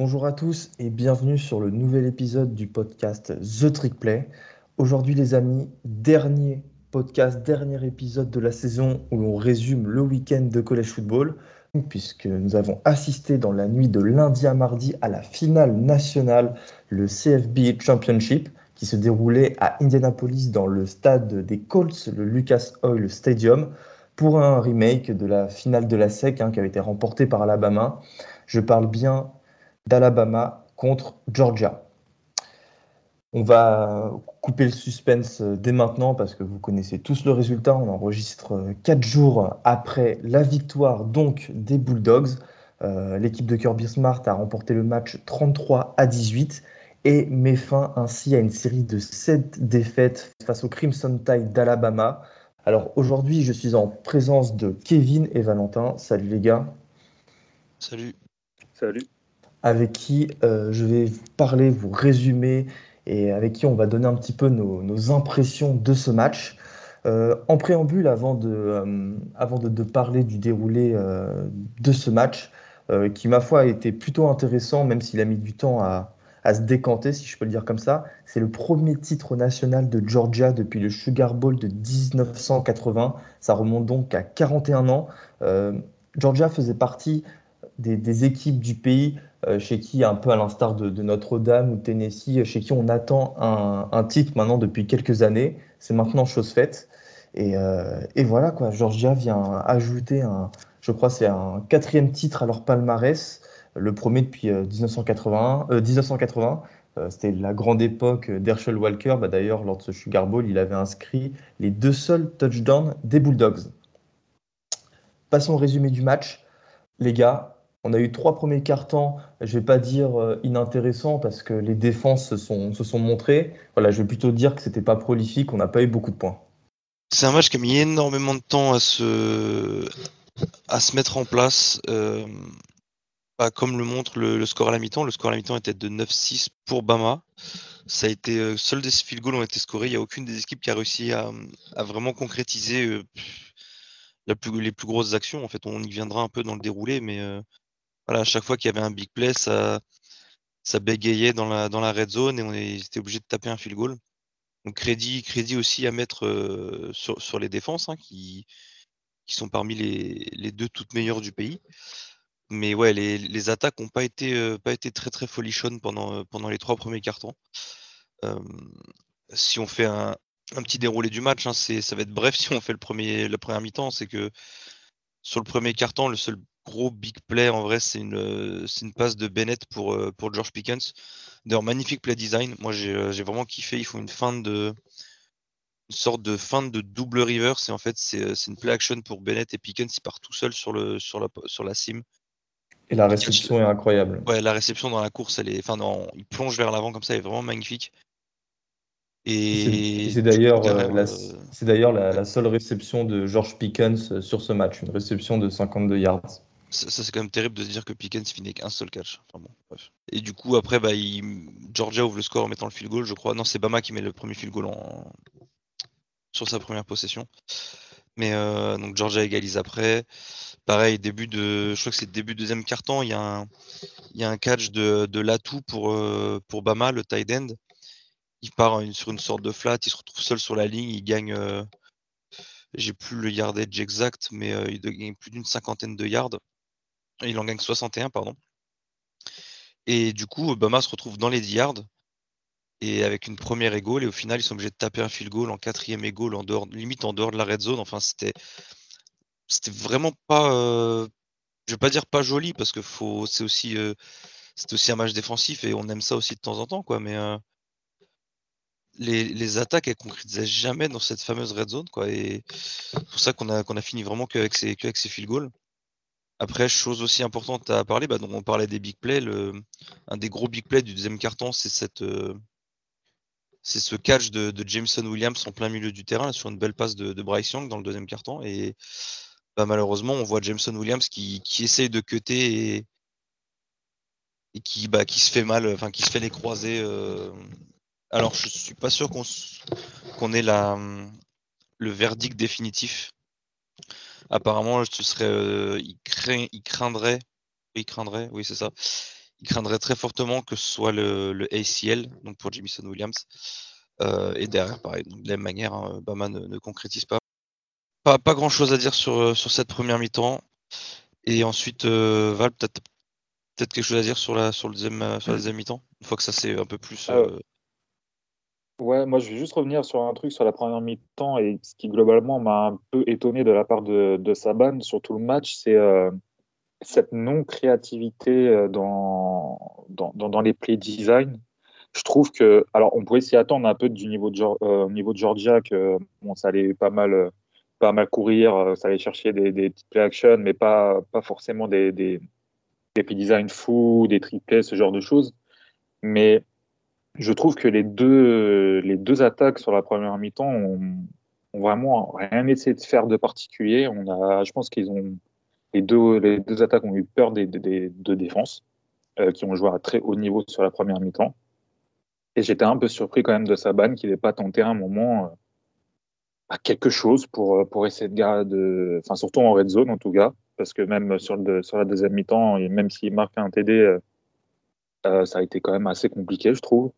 Bonjour à tous et bienvenue sur le nouvel épisode du podcast The Trick Play. Aujourd'hui les amis, dernier podcast, dernier épisode de la saison où l'on résume le week-end de college football, puisque nous avons assisté dans la nuit de lundi à mardi à la finale nationale, le CFB Championship, qui se déroulait à Indianapolis dans le stade des Colts, le Lucas Oil Stadium, pour un remake de la finale de la SEC qui avait été remportée par Alabama. Je parle bien d'Alabama contre Georgia. On va couper le suspense dès maintenant parce que vous connaissez tous le résultat. On enregistre 4 jours après la victoire donc des Bulldogs. L'équipe de Kirby Smart a remporté le match 33-18 et met fin ainsi à une série de 7 défaites face au Crimson Tide d'Alabama. Alors aujourd'hui, je suis en présence de Kevin et Valentin. Salut les gars. Salut. Salut. Avec qui je vais vous parler, vous résumer et avec qui on va donner un petit peu nos impressions de ce match. En préambule, avant de parler du déroulé de ce match, qui ma foi a été plutôt intéressant, même s'il a mis du temps à se décanter, si je peux le dire comme ça. C'est le premier titre national de Georgia depuis le Sugar Bowl de 1980. Ça remonte donc à 41 ans. Euh, Georgia faisait partie des équipes du pays chez qui, un peu à l'instar de Notre-Dame ou de Tennessee, chez qui on attend un titre maintenant depuis quelques années. C'est maintenant chose faite. Et voilà, quoi. Georgia vient ajouter je crois, c'est un quatrième titre à leur palmarès, le premier depuis 1980. C'était la grande époque d'Herschel Walker. Bah, d'ailleurs, lors de ce Sugar Bowl, il avait inscrit les deux seuls touchdowns des Bulldogs. Passons au résumé du match. Les gars, on a eu 3 premiers cartons, je vais pas dire inintéressants parce que les défenses se sont montrées. Voilà, je vais plutôt dire que c'était pas prolifique, on n'a pas eu beaucoup de points. C'est un match qui a mis énormément de temps à se mettre en place. Comme le montre le score à la mi-temps. Le score à la mi-temps était de 9-6 pour Bama. Ça a été seuls des field goals ont été scorés. Il n'y a aucune des équipes qui a réussi à vraiment concrétiser les plus grosses actions. En fait, on y viendra un peu dans le déroulé, mais voilà, à chaque fois qu'il y avait un big play, ça bégayait dans la red zone et on était obligé de taper un field goal. Donc crédit aussi à mettre sur les défenses, qui sont parmi les deux toutes meilleures du pays. Mais ouais, les attaques n'ont pas été très très folichonnes pendant les 3 premiers cartons. Si on fait un petit déroulé du match, ça va être bref si on fait la première mi-temps. C'est que sur le premier carton, le seul gros big play en vrai, c'est une passe de Bennett pour George Pickens. D'ailleurs, magnifique play design. Moi, j'ai vraiment kiffé. Ils font une sorte de feinte de double reverse et en fait c'est une play action pour Bennett et Pickens, il part tout seul sur la sim. Et la Il catch réception est incroyable. la réception dans la course, il plonge vers l'avant comme ça, elle est vraiment magnifique. Et Et c'est du coup d'ailleurs derrière, la seule réception de George Pickens sur ce match, une réception de 52 yards. ça c'est quand même terrible de se dire que Pickens finit qu'un seul catch. Enfin bon, bref. Et du coup après Georgia ouvre le score en mettant le field goal, je crois. Non, c'est Bama qui met le premier field goal sur sa première possession. Mais donc Georgia égalise après. Pareil, je crois que c'est le début de deuxième quart-temps, il y a un catch de Latou pour Bama, le tight end. Il part sur une sorte de flat, il se retrouve seul sur la ligne, il gagne, j'ai plus le yardage exact, mais il gagne plus d'une cinquantaine de yards. Il en gagne 61, pardon. Et du coup, Bama se retrouve dans les 10 yards et avec une première et goal, et au final, ils sont obligés de taper un field goal en quatrième et goal, limite en dehors de la red zone. Enfin, c'était vraiment pas, je vais pas dire pas joli parce que c'est aussi un match défensif et on aime ça aussi de temps en temps, quoi. Mais les attaques, elles concrétisaient jamais dans cette fameuse red zone, quoi. Et c'est pour ça qu'on a fini vraiment qu'avec ces field goals. Après, chose aussi importante à parler, donc on parlait des big plays. Un des gros big plays du deuxième carton, c'est ce catch de Jameson Williams en plein milieu du terrain, sur une belle passe de Bryce Young dans le deuxième carton. Et malheureusement, on voit Jameson Williams qui essaye de cutter et qui se fait mal, enfin qui se fait les croisés. Alors, je suis pas sûr qu'on ait le verdict définitif. Apparemment, il craindrait, oui c'est ça. il craindrait très fortement que ce soit le ACL, donc pour Jamison Williams. Et derrière, pareil, donc, de la même manière, hein, Bama ne concrétise pas. Pas grand chose à dire sur cette première mi-temps. Et ensuite, Val, peut-être quelque chose à dire sur sur la deuxième mi-temps, une fois que ça c'est un peu plus. Euh, ouais, moi je vais juste revenir sur un truc sur la première mi-temps et ce qui globalement m'a un peu étonné de la part de Saban sur tout le match, c'est cette non-créativité dans les play design. Je trouve que, alors on pouvait s'y attendre un peu du niveau au niveau de Georgia, que bon, ça allait pas mal courir, ça allait chercher des petites play action, mais pas forcément des play design fous, des triplés, ce genre de choses. Mais je trouve que les deux attaques sur la première mi-temps ont vraiment rien essayé de faire de particulier. Je pense qu'ils ont les deux attaques ont eu peur des deux défenses qui ont joué à très haut niveau sur la première mi-temps. Et j'étais un peu surpris quand même de Saban qu'il n'ait pas tenté un moment à quelque chose pour essayer de garder, enfin surtout en red zone en tout cas, parce que même sur la deuxième mi-temps, et même s'il marque un TD, ça a été quand même assez compliqué, je trouve.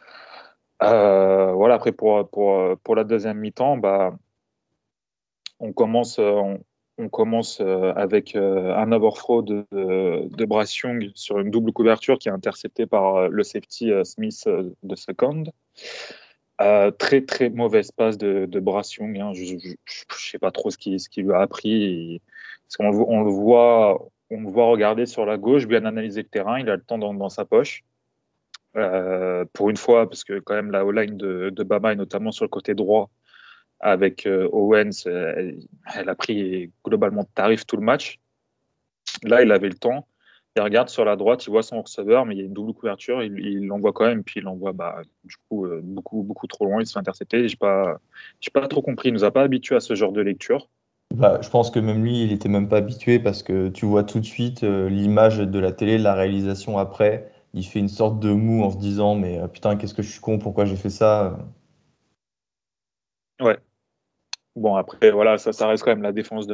Voilà, après pour la deuxième mi-temps, bah, on commence, on commence avec un overthrow de Bryce Young sur une double couverture qui est interceptée par le safety Smith de second. Très très mauvaise passe de Bryce Young. Hein. Je ne sais pas trop ce qui lui a appris. Parce qu'on on le voit regarder sur la gauche, bien analyser le terrain. Il a le temps dans sa poche. Pour une fois, parce que quand même la O-line de Bama, et notamment sur le côté droit, avec Owens, elle a pris globalement tarif tout le match. Là, il avait le temps. Il regarde sur la droite, il voit son receveur, mais il y a une double couverture. Il l'envoie quand même, puis il l'envoie du coup, beaucoup trop loin. Il se fait intercepter. J'ai pas trop compris. Il nous a pas habitués à ce genre de lecture. Bah, je pense que même lui, il était même pas habitué parce que tu vois tout de suite l'image de la télé, la réalisation après. Il fait une sorte de mou en se disant, mais putain, qu'est-ce que je suis con, pourquoi j'ai fait ça? Ouais. Bon, après, voilà, ça reste quand même la défense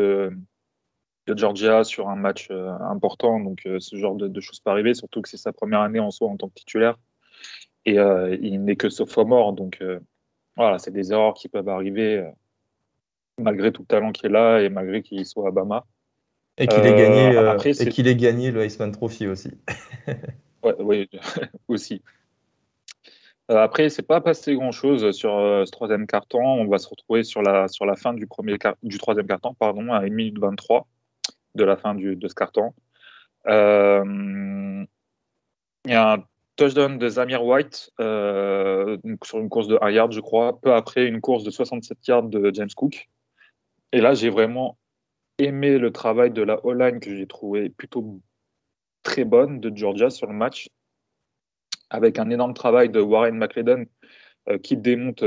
de Georgia sur un match important. Donc, ce genre de choses peut arriver, surtout que c'est sa première année en soi en tant que titulaire. Et il n'est que sophomore. Donc, voilà, c'est des erreurs qui peuvent arriver malgré tout le talent qu'il est là et malgré qu'il soit à Bama. Après, Et qu'il ait gagné le Iceman Trophy aussi. ouais, oui, aussi. Après, c'est pas passé grand-chose sur ce troisième quart-temps. On va se retrouver sur la fin du troisième quart-temps, pardon, à 1 minute 23 de la fin de ce quart-temps. Il y a un touchdown de Zamir White sur une course de 1 yard, je crois, peu après une course de 67 yards de James Cook. Et là, j'ai vraiment aimé le travail de la O-line que j'ai trouvé plutôt très bonne de Georgia sur le match, avec un énorme travail de Warren McClendon qui démonte,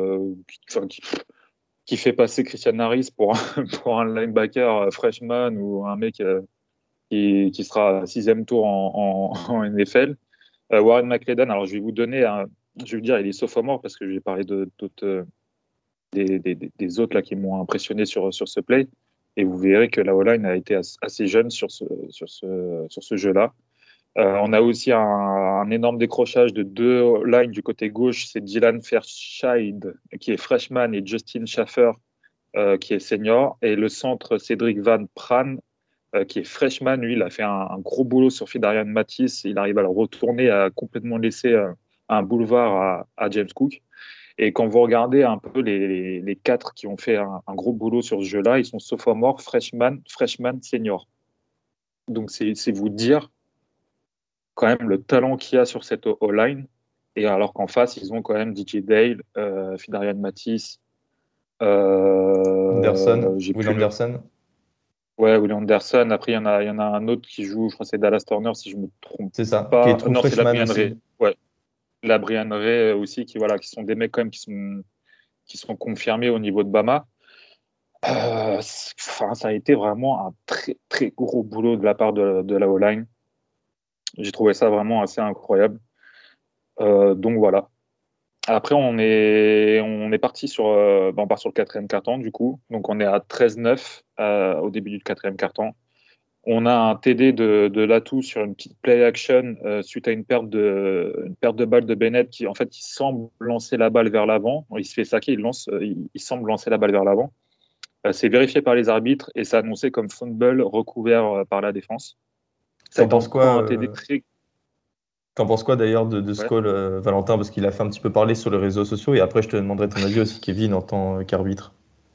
qui fait passer Christian Harris pour un linebacker freshman ou un mec qui sera sixième tour en NFL. Warren McClendon, alors je vais vous donner je vais vous dire, il est sophomore parce que je vais parler d'autres, des autres là qui m'ont impressionné sur ce play. Et vous verrez que la O-line a été assez jeune sur ce jeu-là. On a aussi un énorme décrochage de deux lines du côté gauche. C'est Dylan Fairchild qui est freshman et Justin Schaffer qui est senior. Et le centre, Cédric Van Pran qui est freshman. Lui, il a fait un gros boulot sur Fidarian Matisse. Il arrive à le retourner, à complètement laisser un boulevard à James Cook. Et quand vous regardez un peu les quatre qui ont fait un gros boulot sur ce jeu-là, ils sont sophomore, freshman, senior. Donc c'est vous dire quand même le talent qu'il y a sur cette O-line. Et alors qu'en face, ils ont quand même DJ Dale, Fidarian Matisse, Anderson, j'ai Will plus le. Anderson. Ouais, William Anderson. Après, il y en a un autre qui joue, je crois que c'est Dallas Turner, si je me trompe C'est ça, qui est pas. true Non, c'est la freshman Brian aussi. Ray. Ouais, la Brian Ray aussi, voilà, qui sont des mecs quand même qui sont confirmés au niveau de Bama. Enfin, ça a été vraiment un très très gros boulot de la part de la O-line. J'ai trouvé ça vraiment assez incroyable. Donc voilà. Après, on est parti on part sur le quatrième quart-temps du coup. Donc on est à 13-9 au début du quatrième quart-temps. On a un TD de Latou sur une petite play action suite à une perte de balle de Bennett qui, en fait, il semble lancer la balle vers l'avant. Il se fait saquer, il semble lancer la balle vers l'avant. C'est vérifié par les arbitres et c'est annoncé comme fumble recouvert par la défense. Ça a T'en été penses encore quoi, un TD très. t'en penses quoi d'ailleurs de ce Ouais. call, Valentin, parce qu'il a fait un petit peu parler sur les réseaux sociaux, et après je te demanderai ton avis aussi, Kevin, en tant qu'arbitre.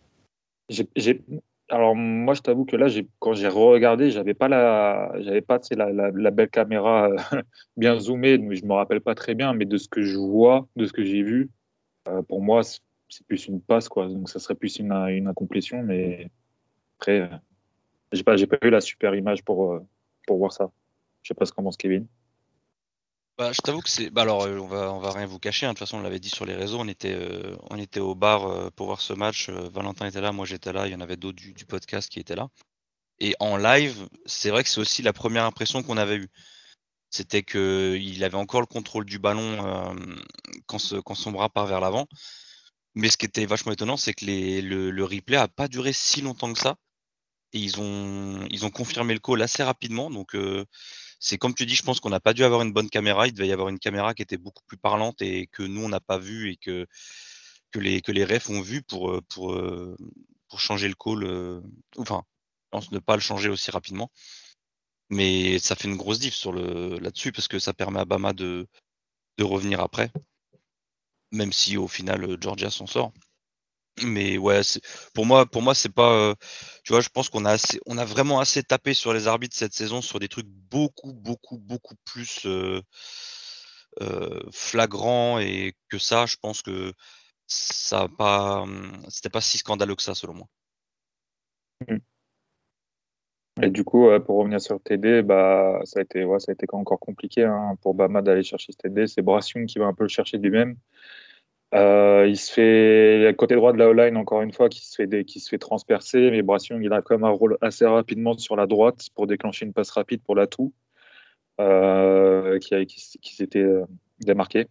Alors moi, je t'avoue que là, quand j'ai regardé, j'avais pas tu sais, la belle caméra bien zoomée, donc je me rappelle pas très bien, mais de ce que je vois, de ce que j'ai vu, pour moi, c'est plus une passe, quoi. Donc ça serait plus une incomplétion, mais après, j'ai pas eu la super image pour voir ça. Je sais pas ce qu'en pense Kevin. Bah, je t'avoue que c'est. Bah alors, on va rien vous cacher, hein. De toute façon, on l'avait dit sur les réseaux. On était au bar pour voir ce match. Valentin était là, moi j'étais là. Il y en avait d'autres du podcast qui étaient là. Et en live, c'est vrai que c'est aussi la première impression qu'on avait eue. C'était que il avait encore le contrôle du ballon quand son bras part vers l'avant. Mais ce qui était vachement étonnant, c'est que le replay a pas duré si longtemps que ça. Et ils ont confirmé le call assez rapidement. Donc c'est comme tu dis, je pense qu'on n'a pas dû avoir une bonne caméra. Il devait y avoir une caméra qui était beaucoup plus parlante et que nous on n'a pas vu et que les refs ont vu pour changer le call. Enfin, je pense ne pas le changer aussi rapidement. Mais ça fait une grosse diff là-dessus parce que ça permet à Bama de revenir après, même si au final Georgia s'en sort. Mais ouais, pour moi c'est pas. Tu vois, je pense on a vraiment assez tapé sur les arbitres cette saison sur des trucs beaucoup, beaucoup, beaucoup plus flagrants et que ça, je pense que ça a pas, c'était pas si scandaleux que ça selon moi. Et du coup, pour revenir sur le TD, bah, ça a été encore compliqué hein, pour Bama d'aller chercher ce TD. C'est Brassium qui va un peu le chercher lui-même. Il se fait, côté droit de la O-line, encore une fois, qui se fait transpercer, mais Brassium, il a quand même un rôle assez rapidement sur la droite pour déclencher une passe rapide pour l'atout qui s'était démarqué.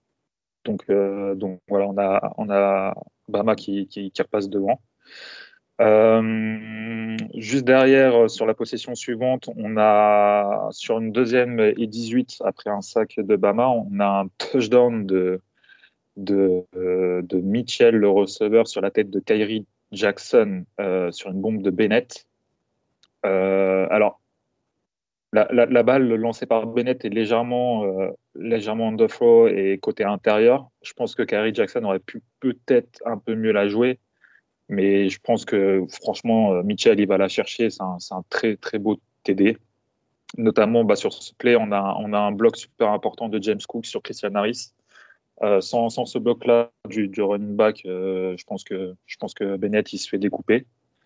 Donc voilà, on a Bama qui repasse devant. Juste derrière, sur la possession suivante, on a sur une deuxième et 18, après un sac de Bama, on a un touchdown de Mitchell, le receveur, sur la tête de Kyrie Jackson sur une bombe de Bennett. Alors, la balle lancée par Bennett est légèrement underthrow et côté intérieur. Je pense que Kyrie Jackson aurait pu peut-être un peu mieux la jouer. Mais je pense que franchement, Mitchell, il va la chercher. C'est un très, très beau TD. Notamment sur ce play, on a un bloc super important de James Cook sur Christian Harris. Sans ce bloc-là du running back, je pense que Bennett, il se fait découper.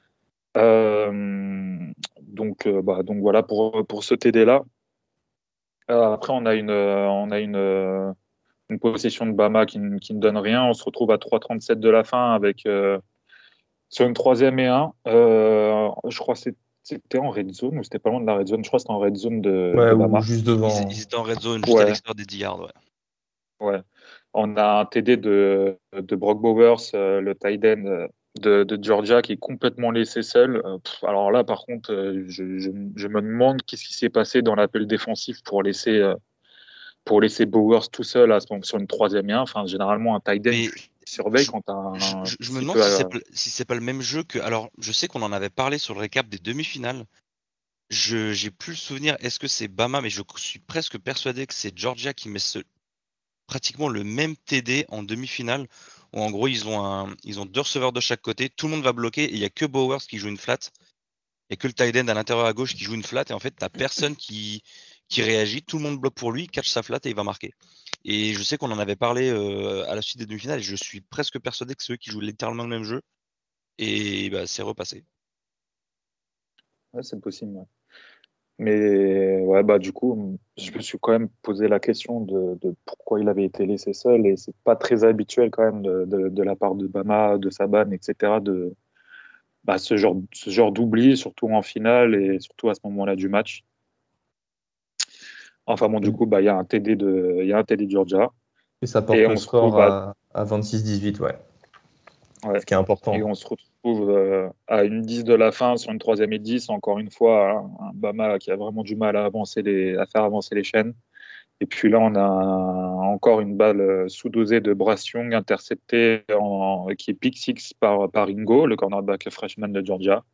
Donc voilà pour ce TD-là. Après, on a une possession de Bama qui ne donne rien. On se retrouve à 3:37 de la fin avec sur une troisième et un, je crois que c'était en red zone ou c'était pas loin de la red zone. Je crois que c'était en red zone de, Ouais, de ou Bama. juste Ils devant. étaient en red zone juste à Ouais, l'extérieur des 10 yards. Ouais. ouais. On a un TD de Brock Bowers, le tight end de Georgia, qui est complètement laissé seul. Alors là, par contre, je me demande qu'est-ce qui s'est passé dans l'appel défensif pour laisser Bowers tout seul sur une troisième et un. Enfin, généralement, un tight end, Mais tu surveilles je, quand tu as je, un je me petit demande peu. si c'est pas le même jeu que. Alors, je sais qu'on en avait parlé sur le récap des demi-finales. J'ai plus le souvenir. Est-ce que c'est Bama? Mais je suis presque persuadé que c'est Georgia qui met pratiquement le même TD en demi-finale. Où en gros, ils ont deux receveurs de chaque côté. Tout le monde va bloquer et il n'y a que Bowers qui joue une flat. Il n'y a que le tight end à l'intérieur à gauche qui joue une flat. Et en fait, tu n'as personne qui réagit. Tout le monde bloque pour lui, catch sa flat et il va marquer. Et je sais qu'on en avait parlé à la suite des demi-finales. Et je suis presque persuadé que c'est eux qui jouent littéralement le même jeu. Et bah, c'est repassé. Ouais, c'est possible. Ouais. Mais ouais, bah du coup, je me suis quand même posé la question de pourquoi il avait été laissé seul et c'est pas très habituel quand même de la part de Bama, de Saban, etc. de ce genre d'oubli, surtout en finale et surtout à ce moment-là du match. Enfin bon, du coup, il y a un TD de Georgia Et ça porte et le on se retrouve score à 26-18, ouais. Ouais. ce qui est important. Et on se retrouve à une 10 de la fin sur une 3e et 10. Encore une fois, un Bama qui a vraiment du mal à faire avancer les chaînes. Et puis là, on a encore une balle sous-dosée de Bryce Young interceptée qui est pick six par Ringo, le cornerback freshman de Georgia.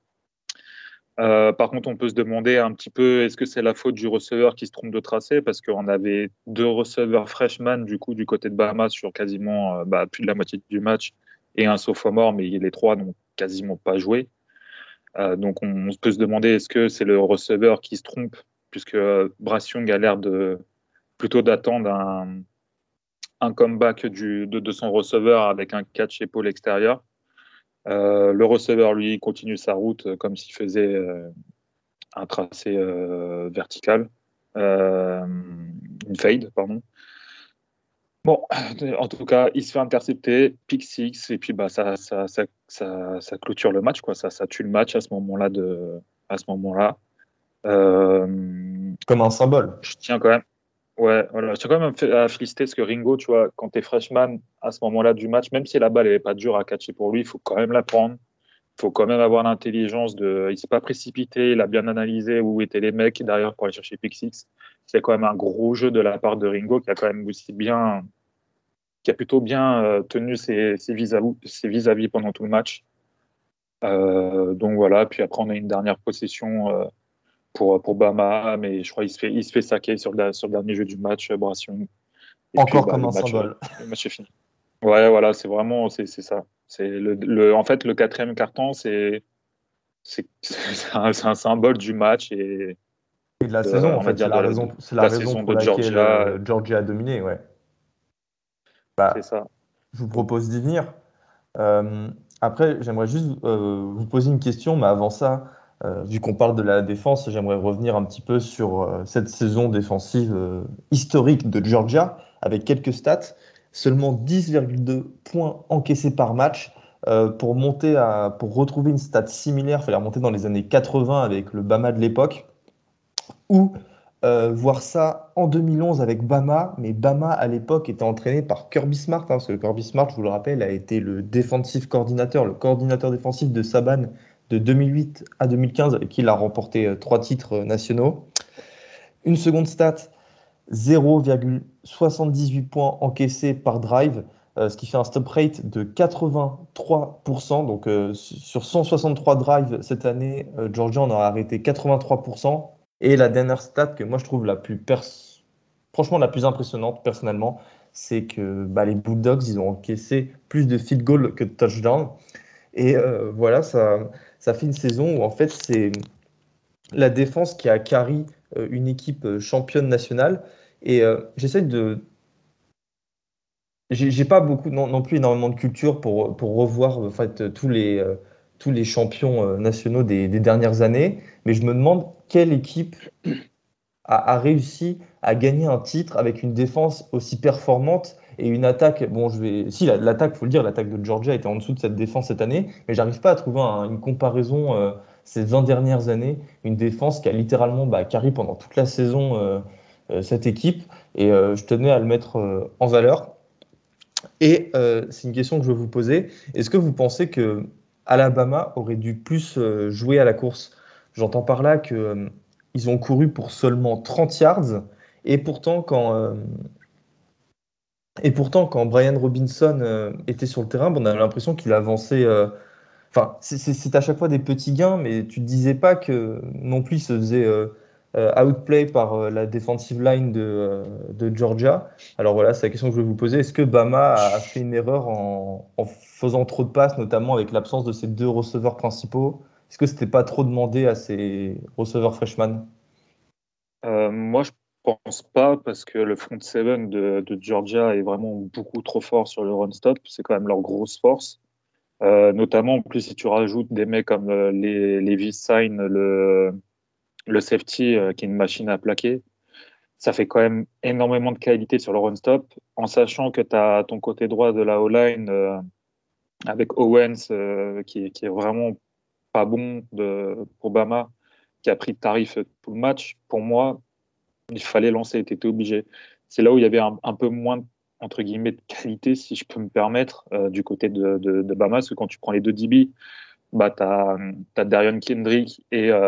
Par contre, on peut se demander un petit peu, est-ce que c'est la faute du receveur qui se trompe de tracé? Parce qu'on avait 2 receveurs freshmen du coup du côté de Bahamas sur quasiment plus de la moitié du match et un sophomore, mais les 3 n'ont quasiment pas joué. Donc on peut se demander, est-ce que c'est le receveur qui se trompe, puisque Bryce Young a l'air plutôt d'attendre un comeback de son receveur avec un catch épaule extérieur. Le receveur, lui, continue sa route comme s'il faisait un tracé vertical, une fade, pardon. Bon, en tout cas, il se fait intercepter, pick six, et puis ça clôture le match, quoi. Ça tue le match à ce moment-là. Comme un symbole. Je tiens quand même. Ouais, voilà. Je tiens quand même à féliciter parce que Ringo, tu vois, quand tu es freshman à ce moment-là du match, même si la balle n'est pas dure à catcher pour lui, il faut quand même la prendre. Il faut quand même avoir l'intelligence de. Il s'est pas précipité, il a bien analysé où étaient les mecs derrière pour aller chercher pick six. C'est quand même un gros jeu de la part de Ringo qui a quand même qui a plutôt bien tenu ses vis-à-vis pendant tout le match. Donc voilà, puis après on a une dernière possession pour Bama, mais je crois qu'il se fait saquer sur le dernier jeu du match, Brassion. Et puis Encore comme un symbole. le match est fini. Ouais, voilà, c'est vraiment c'est ça. C'est en fait le 4e carton, c'est un symbole du match et Et de la saison, en on va fait, dire c'est de la la raison saison pour de laquelle Georgia. Georgia a dominé, ouais. C'est Bah, ça. je vous propose d'y venir. Euh, Après, j'aimerais juste vous poser une question, mais avant ça, vu qu'on parle de la défense, j'aimerais revenir un petit peu sur cette saison défensive historique de Georgia, avec quelques stats. Seulement 10,2 points encaissés par match. Pour retrouver une stat similaire, il fallait remonter dans les années 80 avec le Bama de l'époque, ou voir ça en 2011 avec Bama, mais Bama à l'époque était entraîné par Kirby Smart, hein, parce que Kirby Smart, je vous le rappelle, a été le defensive coordinateur, le coordinateur défensif de Saban de 2008 à 2015, avec qui il a remporté 3 titres nationaux. Une seconde stat, 0,78 points encaissés par drive, ce qui fait un stop rate de 83%. Donc sur 163 drives cette année, Georgia en a arrêté 83%. Et la dernière stat que moi je trouve franchement la plus impressionnante personnellement, c'est que les Bulldogs, ils ont encaissé plus de field goals que de touchdowns. Et voilà, ça fait une saison où en fait c'est la défense qui a carry une équipe championne nationale. Et j'essaie de... J'ai pas beaucoup non plus énormément de culture pour revoir en fait, tous les champions nationaux des dernières années, mais je me demande quelle équipe a réussi à gagner un titre avec une défense aussi performante et une attaque. Bon, si l'attaque, faut le dire, l'attaque de Georgia était en dessous de cette défense cette année, mais j'arrive pas à trouver une comparaison ces 20 dernières années, une défense qui a littéralement carry pendant toute la saison cette équipe, et je tenais à le mettre en valeur. Et c'est une question que je veux vous poser. Est-ce que vous pensez que Alabama aurait dû plus jouer à la course? J'entends par là que ils ont couru pour seulement 30 yards, et pourtant quand Brian Robinson était sur le terrain, on avait l'impression qu'il avançait. Enfin, c'est à chaque fois des petits gains, mais tu te disais pas que non plus il se faisait outplay par la defensive line de Georgia. Alors voilà, c'est la question que je vais vous poser. Est-ce que Bama a fait une erreur en faisant trop de passes, notamment avec l'absence de ses 2 receveurs principaux? Est-ce que c'était pas trop demandé à ses receveurs freshman? Moi, je pense pas parce que le front seven de Georgia est vraiment beaucoup trop fort sur le run stop. C'est quand même leur grosse force. Notamment, en plus, si tu rajoutes des mecs comme les V-Sign, le safety, qui est une machine à plaquer, ça fait quand même énormément de qualité sur le run stop, en sachant que tu as ton côté droit de la O-line avec Owens, qui est vraiment pas bon pour Bama, qui a pris de tarif tout le match. Pour moi, il fallait lancer, tu étais obligé. C'est là où il y avait un peu moins, entre guillemets de qualité, si je peux me permettre, du côté de Bama, parce que quand tu prends les deux DB, bah, tu as Darion Kendrick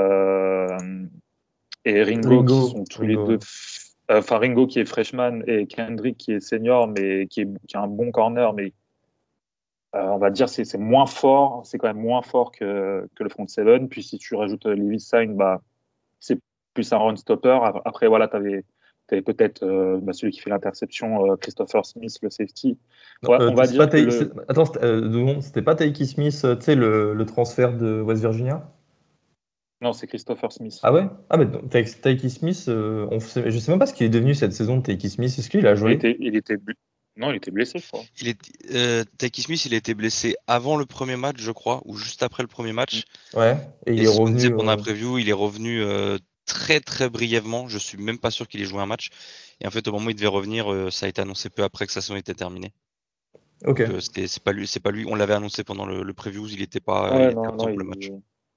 et Ringo qui sont tous les deux. Ouais. Enfin, Ringo qui est freshman et Kendrick qui est senior, mais qui a un bon corner, mais on va dire c'est moins fort, c'est quand même moins fort que le front seven. Puis si tu rajoutes Levi Sign, bah, c'est plus un run stopper. Après, voilà, tu avais peut-être celui qui fait l'interception, Christopher Smith, le safety. Non, Ouais, on va c'est pas dire que Attends, c'était pas Tyke Smith, tu sais, le transfert de West Virginia? Non, c'est Christopher Smith. Ah ouais? Ah, mais donc, Tyke Smith, je sais même pas ce qu'il est devenu cette saison de Tyke Smith. Est-ce qu'il a joué? Non, il était blessé, je crois. Tyke Smith, il a été blessé avant le premier match, je crois, ou juste après le premier match. Ouais, et il Et est c'est ce qu'on disait revenu. pendant la preview, il est revenu très très brièvement. Je suis même pas sûr qu'il ait joué un match. Et en fait, au moment où il devait revenir, ça a été annoncé peu après que sa saison était terminée. Ok. Donc c'est pas lui. On l'avait annoncé pendant le preview, il Ouais, était non, absent non, pour le match.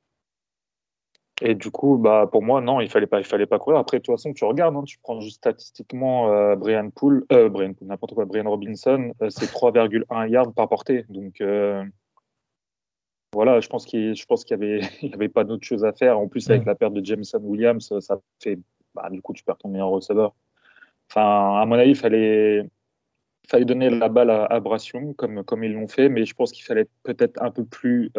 Et du coup, bah, pour moi, non, il fallait pas courir. Après, de toute façon, tu regardes, hein, tu prends juste statistiquement Brian Poole, n'importe quoi, Brian Robinson, c'est 3,1 yards par portée. Donc, voilà, je pense qu'il y avait, il y avait pas d'autre chose à faire. En plus, avec Hmm. la perte de Jameson Williams, ça fait, bah, du coup, tu perds ton meilleur receveur. Enfin, à mon avis, fallait donner la balle à Bryce Young, comme ils l'ont fait, mais je pense qu'il fallait être peut-être un peu plus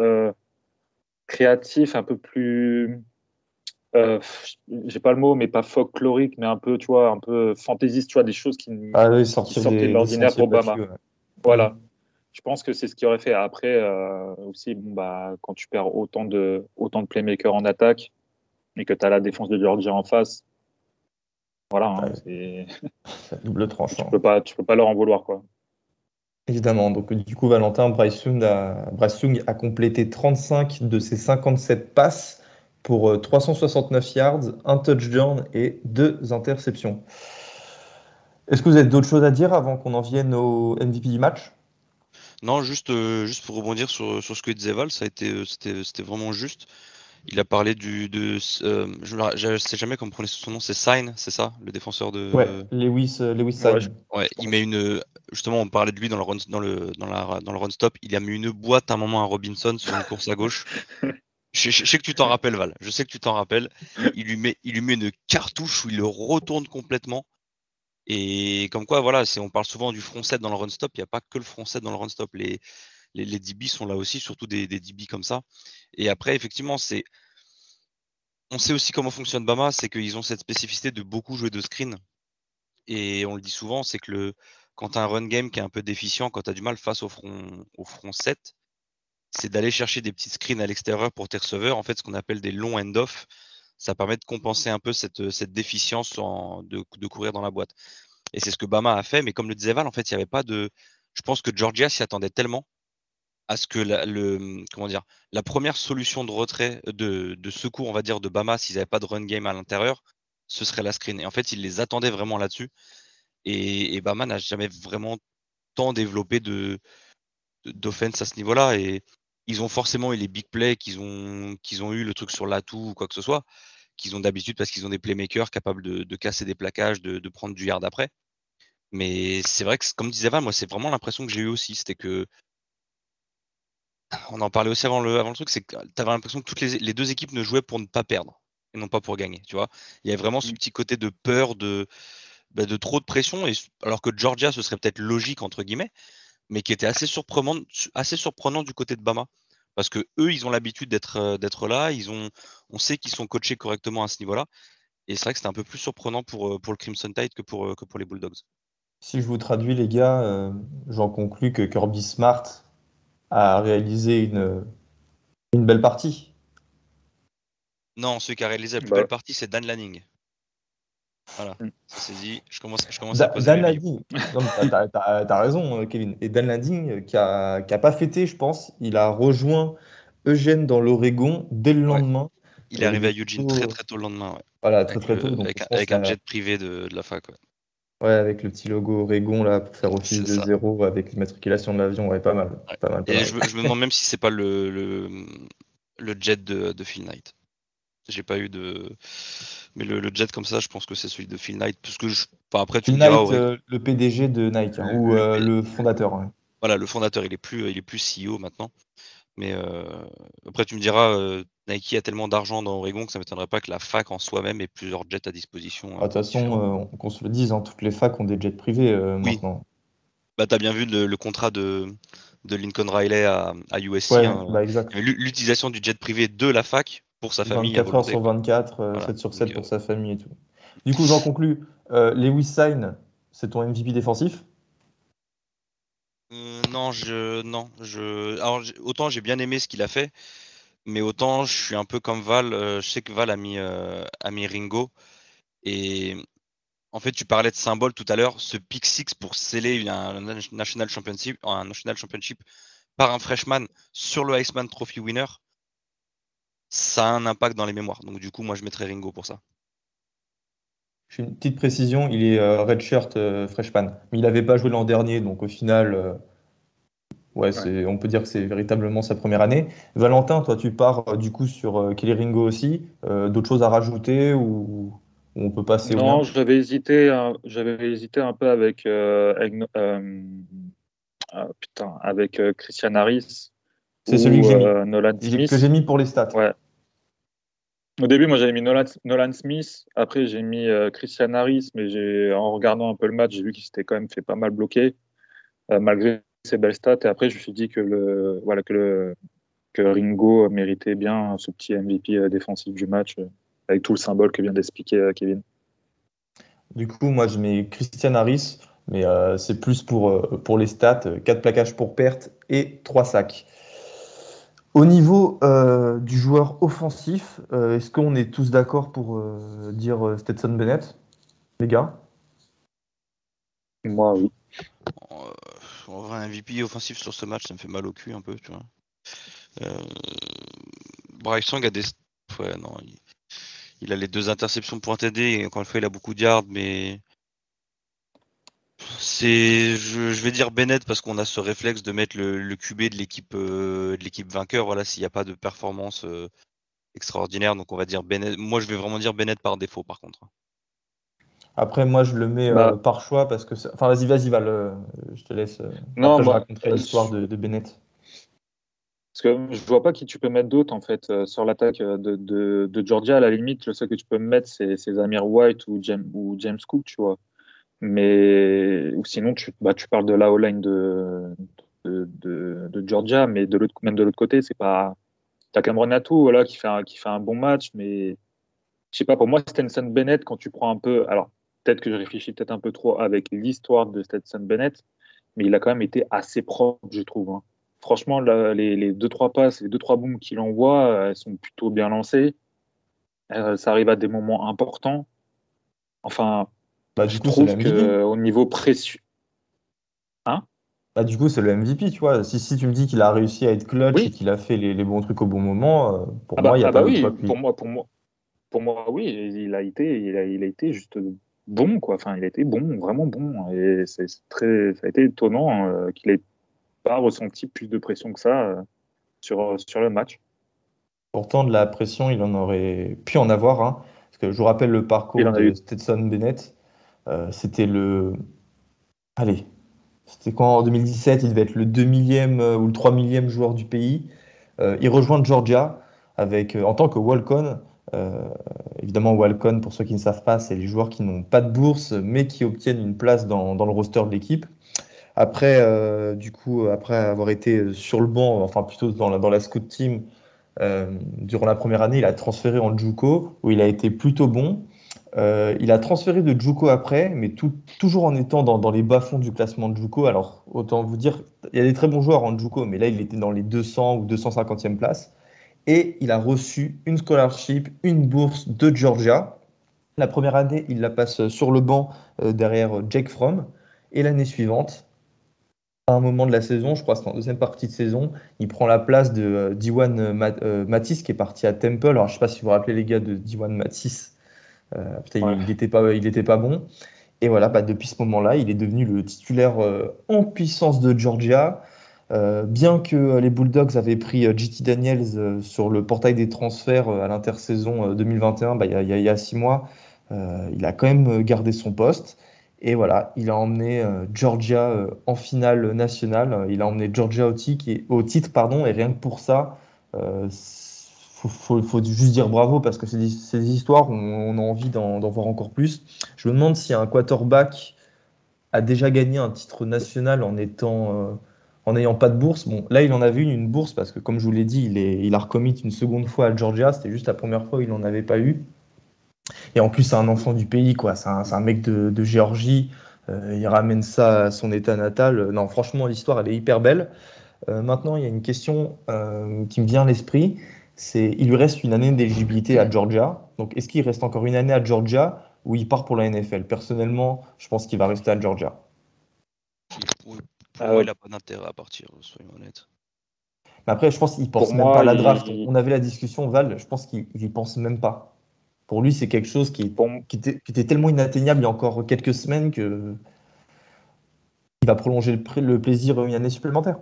créatif, un peu plus euh, j'ai pas le mot, mais pas folklorique, mais un peu, tu vois, un peu fantaisiste, tu vois, des choses Ah oui, qui sortir sortaient de des l'ordinaire sentiers pour battus. Bama. Ouais. Hmm. Voilà. Je pense que c'est ce qu'il aurait fait. Après, aussi, bon, bah, quand tu perds autant de playmakers en attaque et que tu as la défense de Georgia en face, voilà, hein, Ouais, c'est, c'est double tranchant. tu peux pas leur en vouloir, quoi. Évidemment. Donc, du coup, Valentin, Bryce Young a complété 35 de ses 57 passes pour 369 yards, un touchdown et deux interceptions. Est-ce que vous avez d'autres choses à dire avant qu'on en vienne au MVP du match? Non, juste pour rebondir sur ce que disait Val, c'était vraiment juste. Il a parlé je sais jamais comment prononcer son nom, c'est Sign, c'est ça, le défenseur Ouais, de. Lewis Ouais, Sign. Ouais, je il met pense. justement, on parlait de lui dans le run, dans le run stop. Il a mis une boîte à un moment à Robinson sur une course à gauche. Je sais que tu t'en rappelles, Val. Je sais que tu t'en rappelles. Il lui met une cartouche où il le retourne complètement. Et comme quoi, voilà, on parle souvent du front set dans le run stop. Il n'y a pas que le front set dans le run stop. Les DB sont là aussi, surtout des DB comme ça. Et après, effectivement, on sait aussi comment fonctionne Bama, c'est qu'ils ont cette spécificité de beaucoup jouer de screen. Et on le dit souvent, c'est que quand tu as un run game qui est un peu déficient, quand tu as du mal face au front 7, c'est d'aller chercher des petites screens à l'extérieur pour tes receveurs. En fait, ce qu'on appelle des longs end-off, ça permet de compenser un peu cette déficience de courir dans la boîte. Et c'est ce que Bama a fait, mais comme le disait Val, en fait, il y avait pas de. Je pense que Georgia s'y attendait tellement à ce que comment dire, la première solution de retrait, de secours, on va dire, de Bama, s'ils n'avaient pas de run game à l'intérieur, ce serait la screen. Et en fait, ils les attendaient vraiment là-dessus. Et Bama n'a jamais vraiment tant développé d'offense à ce niveau-là. Et ils ont forcément eu les big plays qu'ils ont eu le truc sur l'atout ou quoi que ce soit, qu'ils ont d'habitude parce qu'ils ont des playmakers capables de casser des plaquages, de prendre du yard après. Mais c'est vrai que, comme disait Val, moi, c'est vraiment l'impression que j'ai eu aussi. C'était que, on en parlait aussi avant le truc, c'est que tu avais l'impression que toutes les deux équipes ne jouaient pour ne pas perdre et non pas pour gagner. Tu vois, il y avait vraiment ce petit côté de peur, de trop de pression. Alors que Georgia, ce serait peut-être logique, entre guillemets, mais qui était assez surprenant du côté de Bama. Parce que eux, ils ont l'habitude d'être là, on sait qu'ils sont coachés correctement à ce niveau-là. Et c'est vrai que c'était un peu plus surprenant pour le Crimson Tide que pour les Bulldogs. Si je vous traduis, les gars, j'en conclus que Kirby Smart a réalisé une belle partie. Non, celui qui a réalisé la plus Bah, belle partie, c'est Dan Lanning. Voilà, ça c'est dit. Je commence à poser Dan mes billes. Lanning, non, mais t'as raison, Kevin. Et Dan Lanning, qui a pas fêté, je pense, il a rejoint Eugène dans l'Oregon dès le Ouais. lendemain, Il est avec arrivé des à Eugene très photos, très tôt le lendemain, ouais. voilà, très Avec très le, tôt. Donc avec, je un- pense avec un que, jet privé de la fac, ouais. ouais, avec le petit logo Oregon là, pour faire office C'est de ça. zéro, avec l'immatriculation de l'avion, ouais, pas mal, Ouais. pas mal, pas Et mal. je me demande même si c'est pas le jet de Phil Knight. J'ai pas eu de. Mais le jet comme ça, je pense que c'est celui de Phil Knight. Parce que après, tu Phil me diras, Knight, le PDG de Nike, hein, ou le fondateur. Ouais. voilà, le fondateur, il est plus CEO maintenant. Mais après, tu me diras, Nike a tellement d'argent dans Oregon que ça m'étonnerait pas que la fac en soi-même ait plusieurs jets à disposition. De toute façon, Différents. qu'on se le dise, hein, toutes les facs ont des jets privés Oui, maintenant. bah t'as bien vu le contrat de Lincoln Riley à USC. Ouais, Hein. bah exact. Il y avait l'utilisation du jet privé de la fac pour sa famille à 24 heures volonté, sur quoi. 24, Voilà. 7 sur Donc, 7 pour sa famille et tout. Du coup, j'en conclus. Lewis Sign, c'est ton MVP défensif? alors autant j'ai bien aimé ce qu'il a fait, mais autant je suis un peu comme Val. Je sais que Val a mis Ringo et en fait tu parlais de symbole tout à l'heure. Ce pick six pour sceller un national championship par un freshman sur le Iceman Trophy winner, ça a un impact dans les mémoires. Donc du coup moi je mettrais Ringo pour ça. J'ai une petite précision, il est redshirt freshman. Mais il n'avait pas joué l'an dernier, donc au final, ouais, Ouais. on peut dire que c'est véritablement sa première année. Valentin, toi, tu pars du coup sur Kelly Ringo aussi. D'autres choses à rajouter ou on peut passer au Non, mien? j'avais hésité un peu avec Christian Harris C'est celui que ou j'ai mis. Nolan Que j'ai Smith. mis pour les stats. Ouais. Au début, moi, j'avais mis Nolan Smith. Après, j'ai mis Christian Harris, mais en regardant un peu le match, j'ai vu qu'il s'était quand même fait pas mal bloquer, malgré ses belles stats. Et après, je me suis dit que Ringo méritait bien ce petit MVP défensif du match, avec tout le symbole que vient d'expliquer Kevin. Du coup, moi, je mets Christian Harris, mais c'est plus pour les stats. 4 plaquages pour perte et 3 sacs. Au niveau du joueur offensif, est-ce qu'on est tous d'accord pour dire Stetson Bennett, les gars? Moi, oui. En, en vrai, un MVP offensif sur ce match, ça me fait mal au cul un peu, tu vois. Euh, Bryce Young a des. Ouais, non, il a les 2 interceptions pour un TD, et encore une fois, il a beaucoup de yards, mais je vais dire Bennett parce qu'on a ce réflexe de mettre le QB de l'équipe vainqueur, voilà, s'il n'y a pas de performance extraordinaire, donc on va dire Bennett. Moi, je vais vraiment dire Bennett par défaut, par contre. Après, moi, je le mets Bah, par choix parce que. Enfin, vas-y, Val, je te laisse. non, Après, je moi, raconterai l'histoire de Bennett. parce que je vois pas qui tu peux mettre d'autre en fait sur l'attaque de Georgia. À la limite, le seul que tu peux me mettre, c'est Zamir White ou James Cook, tu vois. Mais ou sinon, tu parles de la O-line de Georgia, mais même de l'autre côté, c'est pas. T'as Cameron Attou, voilà, qui fait un bon match, mais je sais pas. Pour moi, Stetson Bennett, quand tu prends un peu, alors peut-être que je réfléchis peut-être un peu trop avec l'histoire de Stetson Bennett, mais il a quand même été assez propre, je trouve, hein. Franchement, là, les deux trois passes, les deux trois booms qu'il envoie, elles sont plutôt bien lancées. Ça arrive à des moments importants. Enfin, Bah, du je coup, c'est le trouve MVP. que au niveau précieux, hein? Bah, du coup, c'est le MVP, tu vois. Si tu me dis qu'il a réussi à être clutch et Oui. qu'il a fait les bons trucs au bon moment, pour Ah moi, bah, il n'y a ah pas bah d'autre oui. choix que lui. Pour moi, oui. Il a été juste bon, quoi. Enfin, il a été bon, vraiment bon. Et ça a été étonnant qu'il ait pas ressenti plus de pression que ça sur le match. Pourtant, de la pression, il en aurait pu en avoir, hein. Parce que je vous rappelle le Il parcours en a de eu. Stetson Bennett. C'était le. Allez, c'était quand en 2017, il devait être le 2 millième ou le 3 millième joueur du pays. Il rejoint Georgia en tant que walk-on. Euh, Évidemment, walk-on, pour ceux qui ne savent pas, c'est les joueurs qui n'ont pas de bourse, mais qui obtiennent une place dans le roster de l'équipe. Après, du coup, après avoir été sur le banc, enfin plutôt dans la scout team, durant la première année, il a transféré en JUCO, où il a été plutôt bon. Il a transféré de JUCO après, mais toujours en étant dans les bas-fonds du classement de JUCO. Alors, autant vous dire, il y a des très bons joueurs en JUCO, mais là, il était dans les 200 ou 250e place. Et il a reçu une scholarship, une bourse de Georgia. La première année, il la passe sur le banc derrière Jake Fromm. Et l'année suivante, à un moment de la saison, je crois que c'est en deuxième partie de saison, il prend la place de Diwan Matisse qui est parti à Temple. Alors, je ne sais pas si vous vous rappelez les gars de Diwan Matisse. Putain, Ouais. il était pas bon. Et voilà, bah, depuis ce moment-là, il est devenu le titulaire en puissance de Georgia. Bien que les Bulldogs avaient pris JT Daniels sur le portail des transferts à l'intersaison 2021, bah, il y a 6 mois, il a quand même gardé son poste. Et voilà, il a emmené Georgia en finale nationale. Il a emmené Georgia au titre, pardon, et rien que pour ça, faut juste dire bravo parce que c'est des histoires où on a envie d'en voir encore plus. Je me demande si un quarterback a déjà gagné un titre national en n'ayant pas de bourse. Bon, là, il en avait une bourse parce que, comme je vous l'ai dit, il a recommit une seconde fois à Georgia. C'était juste la première fois où il n'en avait pas eu. Et en plus, c'est un enfant du pays, quoi. C'est un mec de Géorgie. Il ramène ça à son état natal. Non, franchement, l'histoire, elle est hyper belle. Maintenant, il y a une question qui me vient à l'esprit. Il lui reste une année d'éligibilité à Georgia. Donc, est-ce qu'il reste encore une année à Georgia ou il part pour la NFL? Personnellement, je pense qu'il va rester à Georgia. Pour Euh, moi, il n'a pas d'intérêt à partir, soyons honnêtes. Mais après, je pense qu'il pour pense même pas à moi, la draft. On avait la discussion, Val, je pense qu'il y pense même pas. Pour lui, c'est quelque chose pour, qui était tellement inatteignable il y a encore quelques semaines que il va prolonger le plaisir une année supplémentaire.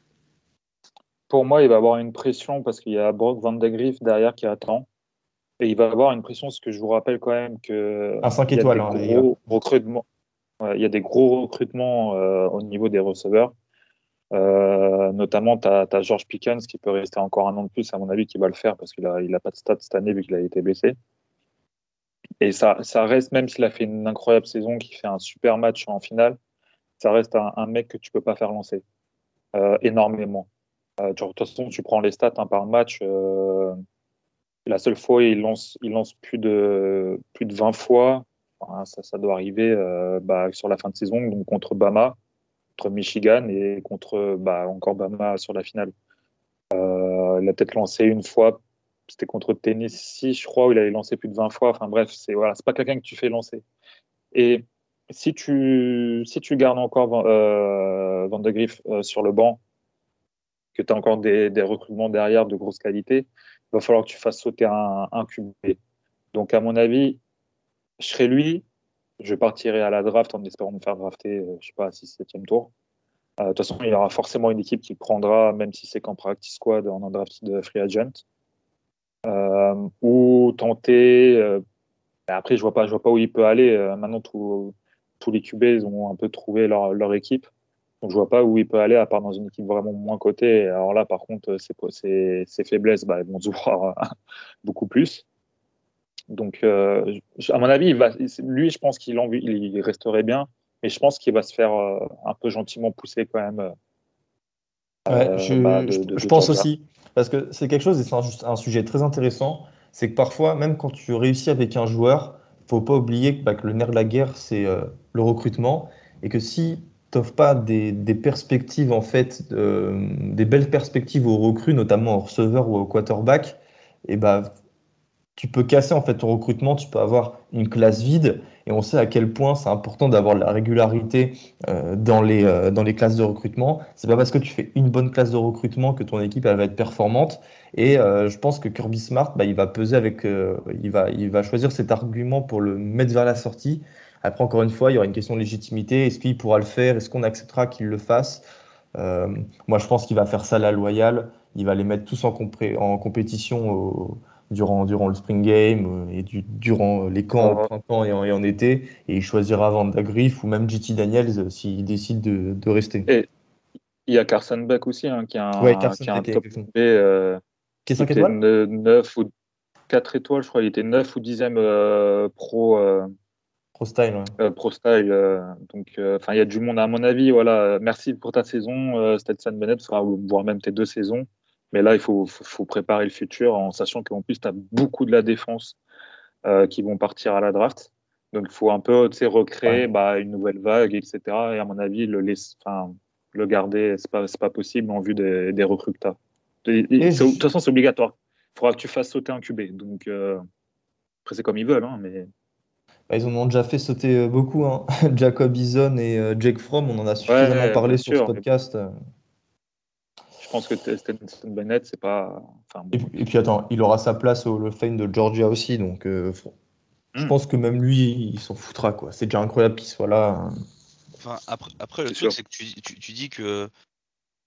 pour moi, il va avoir une pression parce qu'il y a Brock Vandagriff derrière qui attend. Et il va avoir une pression, parce que je vous rappelle quand même qu'il Un 5 y a étoiles, des hein, les gars. gros recrutements. Ouais, il y a des gros recrutements au niveau des receveurs. Notamment, tu as George Pickens qui peut rester encore un an de plus, à mon avis, qui va le faire parce qu'il a pas de stats cette année vu qu'il a été blessé. Et ça reste, même s'il a fait une incroyable saison, qu'il fait un super match en finale, ça reste un mec que tu peux pas faire lancer énormément. De toute façon, tu prends les stats par match. La seule fois où il lance plus de 20 fois. Enfin, ça doit arriver sur la fin de saison, donc contre Bama, contre Michigan et contre encore Bama sur la finale. Il a peut-être lancé une fois, c'était contre Tennessee, je crois, où il avait lancé plus de 20 fois. Enfin bref, c'est pas quelqu'un que tu fais lancer. Et si tu gardes encore Van de Griffe sur le banc, que tu as encore des recrutements derrière de grosse qualité, il va falloir que tu fasses sauter un QB. Donc, à mon avis, je serais lui, je partirai à la draft en espérant me faire drafter, je sais pas, à 6-7e tour. De toute façon, il y aura forcément une équipe qui le prendra, même si c'est qu'en practice squad, en draft de free agent. Ou tenter. Après, je vois pas où il peut aller. Maintenant, tous les QB, ils ont un peu trouvé leur équipe. Donc, je vois pas où il peut aller, à part dans une équipe vraiment moins cotée. Alors là, par contre, ses faiblesses, elles vont se voir beaucoup plus. Donc, à mon avis, lui, je pense il resterait bien, mais je pense qu'il va se faire un peu gentiment pousser quand même Ouais, je de pense Georgia. aussi, parce que c'est quelque chose, et c'est un sujet très intéressant, c'est que parfois, même quand tu réussis avec un joueur, faut pas oublier que le nerf de la guerre, c'est le recrutement, et que si tu n'offres pas des perspectives, en fait, des belles perspectives aux recrues, notamment aux receveurs ou aux quarterbacks, et bah, tu peux casser en fait ton recrutement, tu peux avoir une classe vide, et on sait à quel point c'est important d'avoir de la régularité dans les classes de recrutement. C'est pas parce que tu fais une bonne classe de recrutement que ton équipe elle va être performante. Et je pense que Kirby Smart, il va peser il va choisir cet argument pour le mettre vers la sortie. Après, encore une fois, il y aura une question de légitimité. Est-ce qu'il pourra le faire? Est-ce qu'on acceptera qu'il le fasse? Euh, Moi, je pense qu'il va faire ça à la loyale. Il va les mettre tous en compétition durant le spring game durant les camps au Euh, printemps et en été. Et il choisira Vanda Griff ou même JT Daniels s'il décide de rester. et il y a Carson Beck aussi, hein, qui est Ouais, un, Carson qui est un Beck, top exactement. B, Qui est qui 5 était étoiles? 9 ou 4 étoiles, je crois. Il était 9 ou 10e Pro style, ouais. pro style. Donc, il y a du monde, à mon avis. Voilà. Merci pour ta saison, Stetson Bennett, voire même tes 2 saisons. Mais là, il faut préparer le futur en sachant qu'en plus, tu as beaucoup de la défense qui vont partir à la draft. Donc, il faut un peu Ouais. recréer une nouvelle vague, etc. Et à mon avis, le garder, c'est pas possible en vue des recrues que tu as. Et De toute façon, c'est obligatoire. Il faudra que tu fasses sauter un QB. Donc, après, c'est comme ils veulent, hein, mais ils en ont déjà fait sauter beaucoup, hein. Jacob Eason et Jake Fromm, on en a suffisamment ouais, bien parlé sur ce sûr. Mais podcast. je pense que Stetson Bennett, c'est pas. Enfin, bon. Et puis attends, il aura sa place au Hall of Fame de Georgia aussi, donc je Hmm, pense que même lui, il s'en foutra, quoi. C'est déjà incroyable qu'il soit là, hein. Enfin, après le c'est truc, sûr. c'est que tu dis que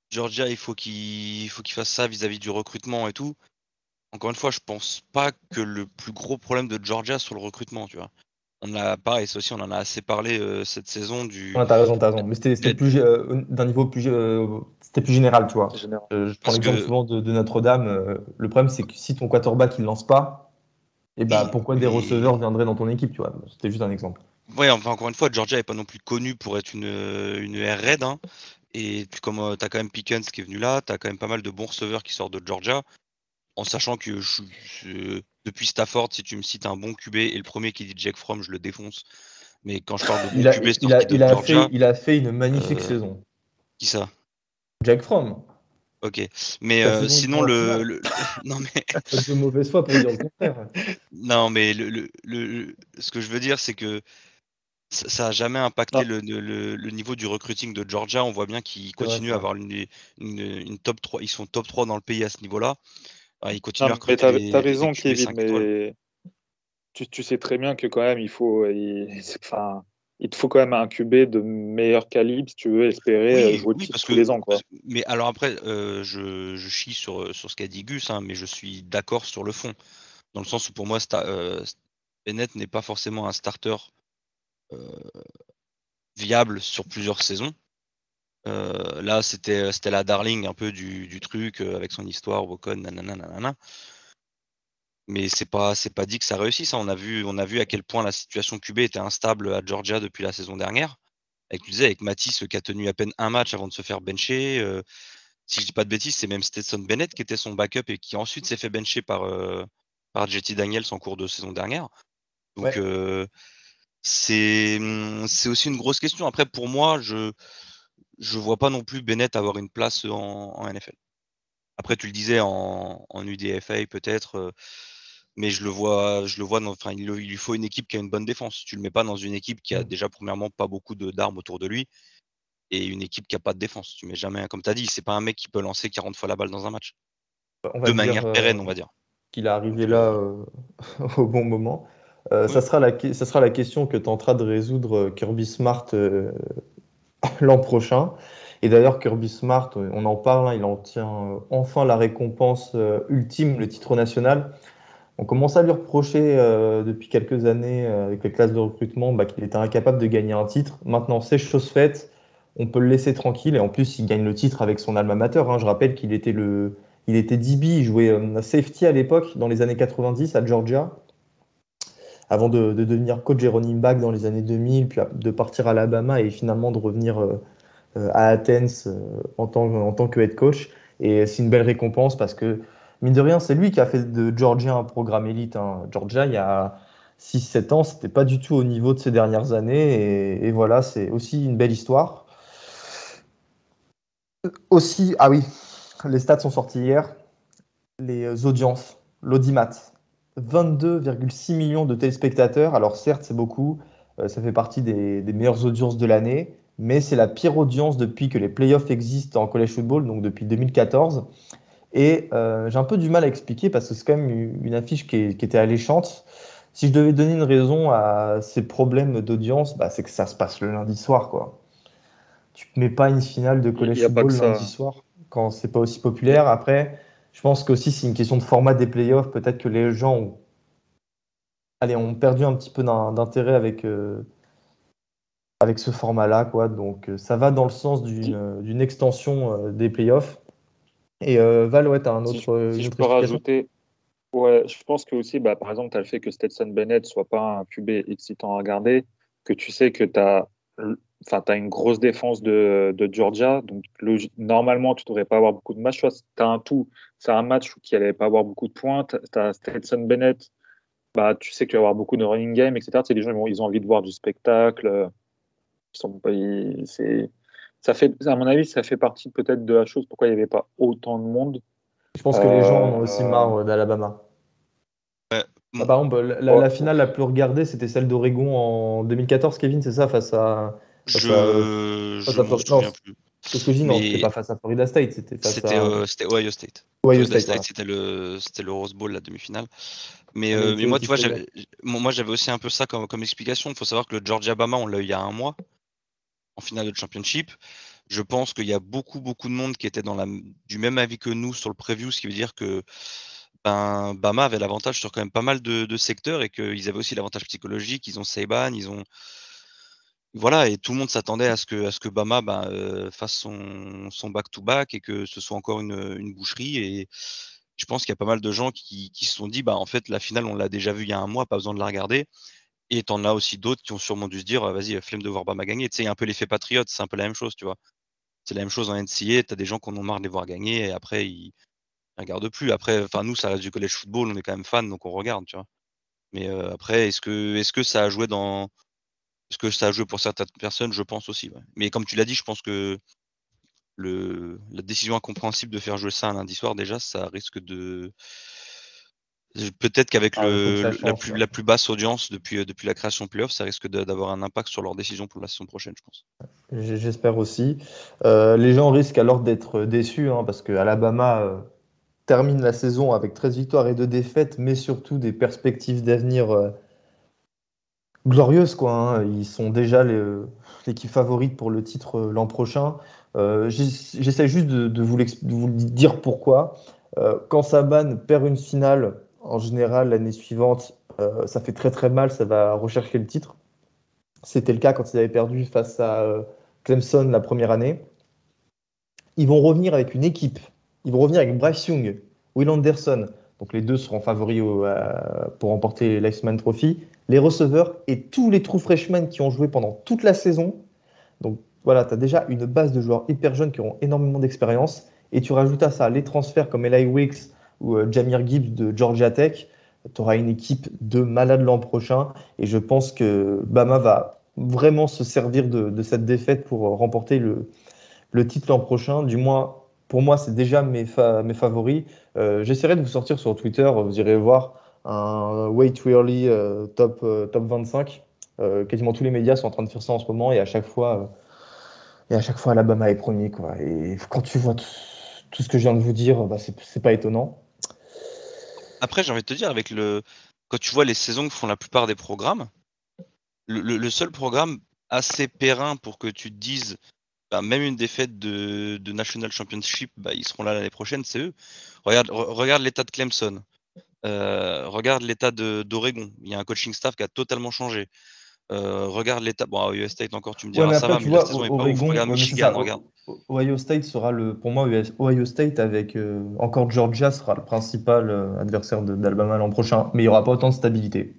Georgia, il faut qu'il fasse ça vis-à-vis du recrutement et tout. Encore une fois, je pense pas que le plus gros problème de Georgia soit le recrutement, tu vois. On a pareil, ça aussi, on en a assez parlé cette saison Ouais, t'as raison. Mais c'était la- plus d'un niveau plus, c'était plus général, tu vois. général. Je prends parce l'exemple que souvent de Notre-Dame. Le problème, c'est que si ton quarterback il lance pas, et bah oui, pourquoi des receveurs mais viendraient dans ton équipe, tu vois. C'était juste un exemple. ouais, enfin encore une fois, Georgia est pas non plus connu pour être une air raid, hein. Et puis comme t'as quand même Pickens qui est venu là, t'as quand même pas mal de bons receveurs qui sortent de Georgia, en sachant que depuis Stafford, si tu me cites un bon QB et le premier qui dit Jake Fromm, je le défonce. Mais quand je parle de bon QB sorti de Georgia, Il a fait une magnifique euh, saison. qui ça? Jack Fromm, Ok. Mais sa saison ils sinon vont en finale. non mais Pas de mauvaise foi pour dire le contraire. non mais ce que je veux dire c'est que ça a jamais impacté Ah, le niveau du recruiting de Georgia. On voit bien qu'ils C'est vrai continuent à ça. avoir une top 3. Ils sont top 3 dans le pays à ce niveau-là. Ils continuent à non, mais recruter t'as des raison, QB Kevin, 5 étoiles. mais tu sais très bien que quand même, enfin, il te faut quand même un QB de meilleur calibre si tu veux espérer Oui, jouer le oui, titre tous les ans, quoi. mais alors après, je chie sur ce qu'a dit Gus, hein, mais je suis d'accord sur le fond. Dans le sens où pour moi, Bennett n'est pas forcément un starter euh, viable sur plusieurs saisons. Là, c'était la darling un peu du truc avec son histoire, Wocon, nanana, nanana. Mais c'est pas dit que ça réussisse, hein. On a vu à quel point la situation QB était instable à Georgia depuis la saison dernière. Avec Matisse qui a tenu à peine un match avant de se faire bencher. Si je dis pas de bêtises, c'est même Stetson Bennett qui était son backup et qui ensuite s'est fait bencher par JT Daniels en cours de saison dernière. Donc Ouais. c'est aussi une grosse question. Après, pour moi, je vois pas non plus Bennett avoir une place en NFL. Après, tu le disais en UDFA peut-être, mais enfin, il lui faut une équipe qui a une bonne défense. Tu le mets pas dans une équipe qui a déjà premièrement pas beaucoup d'armes autour de lui et une équipe qui a pas de défense. Tu mets jamais, comme tu as dit, c'est pas un mec qui peut lancer 40 fois la balle dans un match. On va De dire manière pérenne, on va dire. qu'il est arrivé Donc, là au bon moment. ouais. Ça sera la question que tentera de résoudre Kirby Smart l'an prochain. Et d'ailleurs, Kirby Smart, on en parle, hein, il en tient enfin la récompense ultime, le titre national. On commence à lui reprocher depuis quelques années avec les classes de recrutement bah, qu'il était incapable de gagner un titre. Maintenant, c'est chose faite, on peut le laisser tranquille. Et en plus, il gagne le titre avec son alma mater, hein. Je rappelle il était DB, il jouait safety à l'époque, dans les années 90 à Georgia, avant de devenir coach et running back dans les années 2000, puis de partir à Alabama et finalement de revenir à Athens en tant que head coach. Et c'est une belle récompense parce que, mine de rien, c'est lui qui a fait de Georgia un programme élite, hein. Georgia, il y a 6 7 ans, c'était pas du tout au niveau de ces dernières années. Et voilà, c'est aussi une belle histoire. Aussi, ah oui, les stats sont sortis hier. Les audiences, l'audimat, 22,6 millions de téléspectateurs. Alors certes, c'est beaucoup, ça fait partie des meilleures audiences de l'année, mais c'est la pire audience depuis que les playoffs existent en college football, donc depuis 2014. Et j'ai un peu du mal à expliquer parce que c'est quand même une affiche qui était alléchante. Si je devais donner une raison à ces problèmes d'audience, bah, c'est que ça se passe le lundi soir, quoi. Tu ne mets pas une finale de Il college n'y a pas que football lundi ça. soir quand c'est pas aussi Il populaire. Après, je pense qu'aussi c'est une question de format des playoffs. Peut-être que les gens ont perdu un petit peu d'intérêt avec ce format-là, quoi. Donc ça va dans le sens si, d'une extension des playoffs. Et Val, ouais, tu as si une je autre peux explication? rajouter, ouais, je pense que aussi, bah, par exemple, tu as le fait que Stetson Bennett soit pas un QB excitant à regarder, que tu sais que tu as, enfin, t'as une grosse défense de Georgia, donc normalement, tu devrais pas avoir beaucoup de matchs. Tu as un tout, c'est un match qui allait pas avoir beaucoup de points. Tu as Stetson Bennett, bah, tu sais qu'il va y avoir beaucoup de running game, etc. Tu sais, les gens, ils ont envie de voir du spectacle. Ils sont pas, ça fait, à mon avis, ça fait partie peut-être de la chose pourquoi il n'y avait pas autant de monde. Je pense que les gens en ont aussi Euh, marre d'Alabama. Ouais. Bah, Bon, par exemple, ouais, la finale la plus regardée, c'était celle d'Oregon en 2014, Kevin, c'est ça, face à, je m'en Non, souviens plus. qu'est-ce que je dis? Non, c'était Mais pas face à Florida State, c'était face à c'était Ohio State. Ohio Florida State, State, voilà. c'était le Rose Bowl, la demi-finale. Elle a Mais été moi, aussi tu vois, spectaculaire. moi, j'avais aussi un peu ça comme explication. Il faut savoir que le Georgia-Bama, on l'a eu il y a un mois en finale de championship. Je pense qu'il y a beaucoup de monde qui était du même avis que nous sur le preview, ce qui veut dire que Bama avait l'avantage sur quand même pas mal de secteurs et qu'ils avaient aussi l'avantage psychologique. Ils ont Seiban, voilà, et tout le monde s'attendait à ce que Bama fasse son back-to-back et que ce soit encore une boucherie. Et je pense qu'il y a pas mal de gens qui se sont dit, en fait, la finale, on l'a déjà vue il y a un mois, pas besoin de la regarder. Et t'en as aussi d'autres qui ont sûrement dû se dire, vas-y, flemme de voir Bama gagner. Tu sais, il y a un peu l'effet patriote, c'est un peu la même chose, tu vois. C'est la même chose en NCAA, t'as des gens qui en ont marre de les voir gagner et après, ils regardent plus. Après, nous, ça reste du college football, on est quand même fans, donc on regarde, tu vois. Mais après, est-ce que ça a joué pour certaines personnes? Je pense aussi, ouais. Mais comme tu l'as dit, je pense que la décision incompréhensible de faire jouer ça un lundi soir, déjà, ça risque de. Peut-être qu'avec Ah, il faut que ça la change, plus, quoi. la plus basse audience depuis la création playoff, ça risque d'avoir un impact sur leur décision pour la saison prochaine, je pense. J'espère aussi. Les gens risquent alors d'être déçus, hein, parce que Alabama termine la saison avec 13 victoires et 2 défaites, mais surtout des perspectives d'avenir glorieuses, quoi, hein. Ils sont déjà l'équipe favorite pour le titre l'an prochain. J'essaie juste de vous dire pourquoi. Quand Saban perd une finale, en général, l'année suivante, ça fait très très mal, ça va rechercher le titre. C'était le cas quand ils avaient perdu face à Clemson la première année. Ils vont revenir avec une équipe. Ils vont revenir avec Bryce Young, Will Anderson. Donc les deux seront favoris pour remporter l'Iceman Trophy. Les receveurs et tous les true freshmen qui ont joué pendant toute la saison. Donc voilà, tu as déjà une base de joueurs hyper jeunes qui auront énormément d'expérience. Et tu rajoutes à ça les transferts comme Eli Wicks ou Jahmyr Gibbs de Georgia Tech. Tu auras une équipe de malades l'an prochain. Et je pense que Bama va vraiment se servir de cette défaite pour remporter le titre l'an prochain. Du moins, pour moi, c'est déjà mes favoris. J'essaierai de vous sortir sur Twitter, vous irez voir un Way Too Early top 25. Quasiment tous les médias sont en train de faire ça en ce moment et à chaque fois Alabama est premier, quoi. Et quand tu vois tout ce que je viens de vous dire, c'est pas étonnant. Après, j'ai envie de te dire, quand tu vois les saisons que font la plupart des programmes, le seul programme assez périn pour que tu te dises, même une défaite de National Championship, ils seront là l'année prochaine, c'est eux. Regarde l'état de Clemson. Regarde l'état d'Oregon. Il y a un coaching staff qui a totalement changé. Regarde l'état. Bon, à Ohio State encore, tu me Ouais, diras, mais ça après, va, tu mais la vois, saison est pas ouf. Oregon, Regarde ouais, mais c'est Michigan, ça. regarde. Ohio State sera pour moi, Ohio State avec encore Georgia sera le principal adversaire d'Alabama l'an prochain, mais il n'y aura pas autant de stabilité.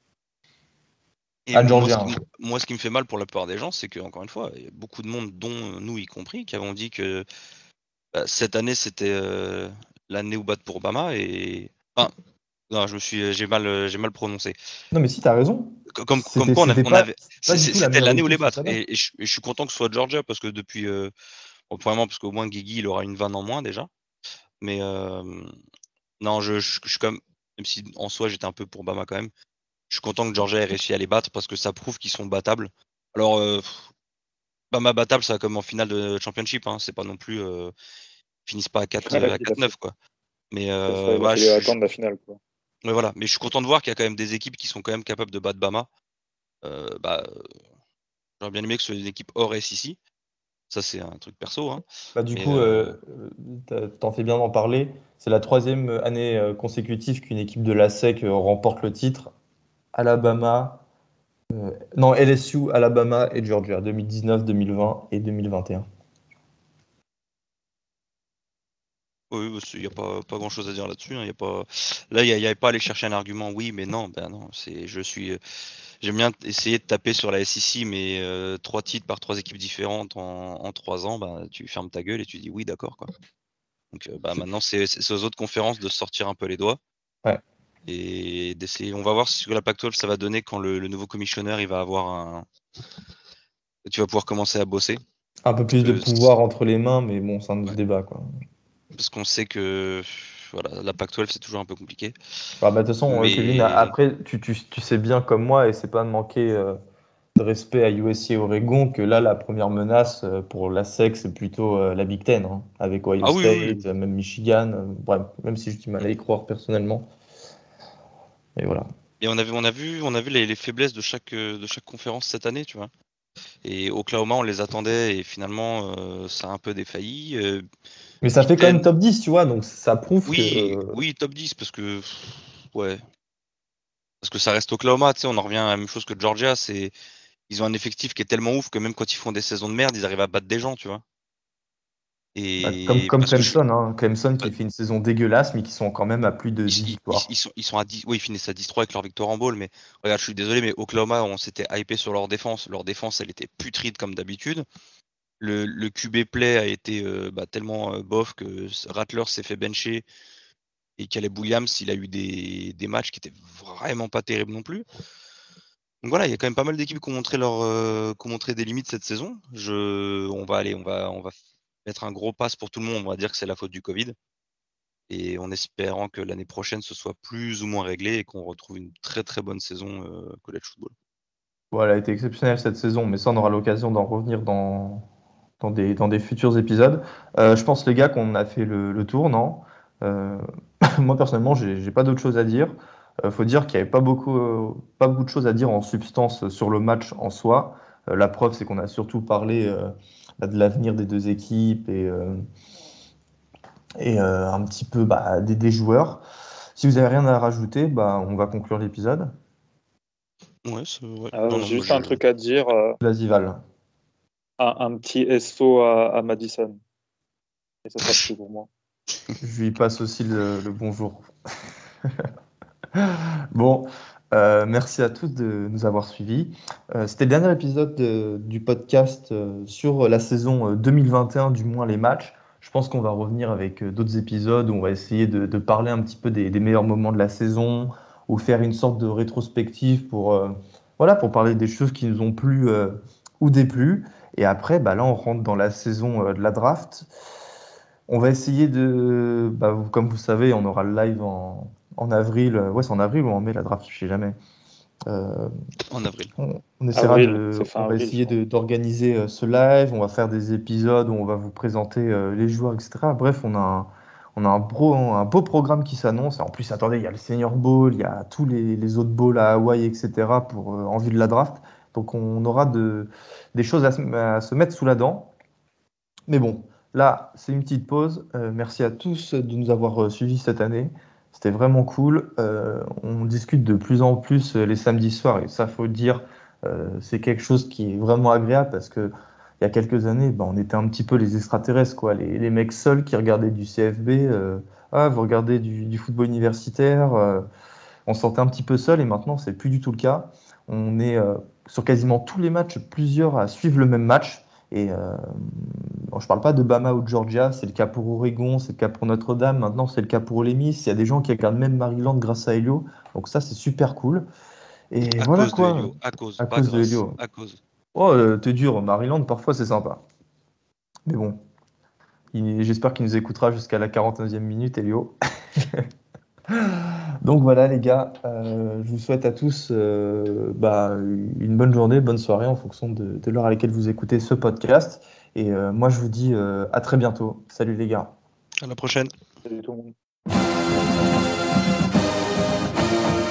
Et À moi, Georgia, hein. ce qui me fait mal pour la plupart des gens, c'est que, encore une fois, il y a beaucoup de monde, dont nous y compris, qui avons dit que cette année, c'était l'année où battre pour Obama. Et. Enfin, non, j'ai mal prononcé. Non, mais si, tu as raison. Comme quoi, C'était on avait. pas du tout la C'était meilleure l'année où équipe les cette battre. année. Et je suis content que ce soit Georgia, parce que depuis. Premièrement, parce qu'au moins, Guigui, il aura une vanne en moins déjà. Mais non, je suis quand même si en soi, j'étais un peu pour Bama quand même. Je suis content que Georgia ait réussi à les battre parce que ça prouve qu'ils sont battables. Alors, Bama battable, ça comme en finale de championship, hein. C'est pas non plus. Ils finissent pas à 4, Ouais, à 4-9, quoi. Mais c'est ça, il a voilà, fallu attendre la finale, quoi. ouais, voilà. Mais je suis content de voir qu'il y a quand même des équipes qui sont quand même capables de battre Bama. J'aurais bien aimé que ce soit une équipe hors SEC. Ça, c'est un truc perso, hein. Du Mais coup, t'en fais bien d'en parler. C'est la troisième année consécutive qu'une équipe de la SEC remporte le titre. Alabama, non, LSU, Alabama et Georgia, 2019, 2020 et 2021. oui, il n'y a pas grand-chose à dire là-dessus, hein. Là, il y avait pas à aller chercher un argument, oui, mais non. Ben non. J'aime bien essayer de taper sur la SEC, mais 3 titres par 3 équipes différentes en 3 ans, tu fermes ta gueule et tu dis oui, d'accord, quoi. Donc maintenant, c'est aux autres conférences de sortir un peu les doigts Ouais. et d'essayer. On va voir ce que la Pac-12 ça va donner quand le nouveau commissionneur il va avoir tu vas pouvoir commencer à bosser. Un peu Parce plus de que pouvoir entre les mains, mais bon, c'est un autre ouais, débat, quoi. parce qu'on sait que voilà, la Pac-12 c'est toujours un peu compliqué. De toute façon, Kevin, Mais après, tu sais bien comme moi, et c'est pas de manquer de respect à USC et Oregon, que là, la première menace pour la SEC, c'est plutôt la Big Ten, hein, avec Ohio ah oui, oui, State, même Michigan, bref, même si je dis mal oui. à y croire personnellement. Mais voilà. Et on a vu les faiblesses de chaque conférence cette année, tu vois. Et Oklahoma, on les attendait et finalement, ça a un peu défailli. Mais ça Big fait quand même Ten, top 10, tu vois, donc ça prouve oui, que. oui, top 10 parce que ouais, parce que ça reste Oklahoma, tu sais, on en revient à la même chose que Georgia, ils ont un effectif qui est tellement ouf que même quand ils font des saisons de merde, ils arrivent à battre des gens, tu vois. Bah, comme, Et comme parce que Clemson, hein. Clemson bah, qui fait une saison dégueulasse, mais qui sont quand même à plus de 10 victoires. ils sont à 10, oui, ils finissent à 10-3 avec leur victoire en bowl, mais regarde, je suis désolé, mais Oklahoma, on s'était hypé sur leur défense. Leur défense, elle était putride comme d'habitude. Le QB play a été tellement bof que Rattler s'est fait bencher et Caleb Williams, il a eu des matchs qui étaient vraiment pas terribles non plus. Donc voilà, il y a quand même pas mal d'équipes qui ont montré qui ont montré des limites cette saison. On va mettre un gros pass pour tout le monde. On va dire que c'est la faute du Covid. Et en espérant que l'année prochaine ce soit plus ou moins réglé et qu'on retrouve une très très bonne saison college football. Bon, elle a été exceptionnelle cette saison, mais ça, on aura l'occasion d'en revenir dans des futurs épisodes. Je pense, les gars, qu'on a fait le tour, non? Euh, Moi, personnellement, j'ai pas d'autre chose à dire. Faut dire qu'il n'y avait pas beaucoup de choses à dire en substance sur le match en soi. La preuve, c'est qu'on a surtout parlé de l'avenir des deux équipes et un petit peu des joueurs. Si vous avez rien à rajouter, on va conclure l'épisode. Ouais, non, non, J'ai juste un truc à dire, Vas-y, Val. un petit SO à Madison. Et ça sera tout pour moi. Je lui passe aussi le bonjour. Bon, merci à tous de nous avoir suivis. C'était le dernier épisode du podcast sur la saison 2021, du moins les matchs. Je pense qu'on va revenir avec d'autres épisodes où on va essayer de parler un petit peu des meilleurs moments de la saison ou faire une sorte de rétrospective pour parler des choses qui nous ont plu ou déplu. Et après, là, on rentre dans la saison de la draft. On va essayer comme vous savez, on aura le live en avril. Ouais, c'est en avril ou en mai la draft, je sais jamais. Euh, en avril. on essaiera Avril, c'est fin on va avril, je essayer crois. d'organiser ce live. On va faire des épisodes où on va vous présenter les joueurs, etc. Bref, on a un beau programme qui s'annonce. En plus, attendez, il y a le Senior Bowl, il y a tous les autres bowls à Hawaï, etc. En vue de la draft. Donc, on aura des choses à se mettre sous la dent. Mais bon, là, c'est une petite pause. Merci à tous de nous avoir suivis cette année. C'était vraiment cool. On discute de plus en plus les samedis soirs, et ça, faut le dire, c'est quelque chose qui est vraiment agréable parce que il y a quelques années, on était un petit peu les extraterrestres, quoi. Les mecs seuls qui regardaient du CFB. Vous regardez du football universitaire. On se sentait un petit peu seul, et maintenant, c'est plus du tout le cas. On est sur quasiment tous les matchs, plusieurs à suivre le même match. Et bon, je parle pas de Bama ou de Georgia, c'est le cas pour Oregon, c'est le cas pour Notre-Dame, maintenant c'est le cas pour Ole Miss. Il y a des gens qui regardent même Maryland grâce à Helio, donc ça c'est super cool. Et À voilà cause de quoi, Helio, à cause, à pas cause de grâce, Helio. à cause. Oh, t'es dur, Maryland parfois c'est sympa. Mais bon, j'espère qu'il nous écoutera jusqu'à la 41e minute, Helio. Donc voilà les gars, je vous souhaite à tous une bonne journée, bonne soirée en fonction de l'heure à laquelle vous écoutez ce podcast. Et moi je vous dis à très bientôt. Salut les gars. À la prochaine. Salut tout le monde.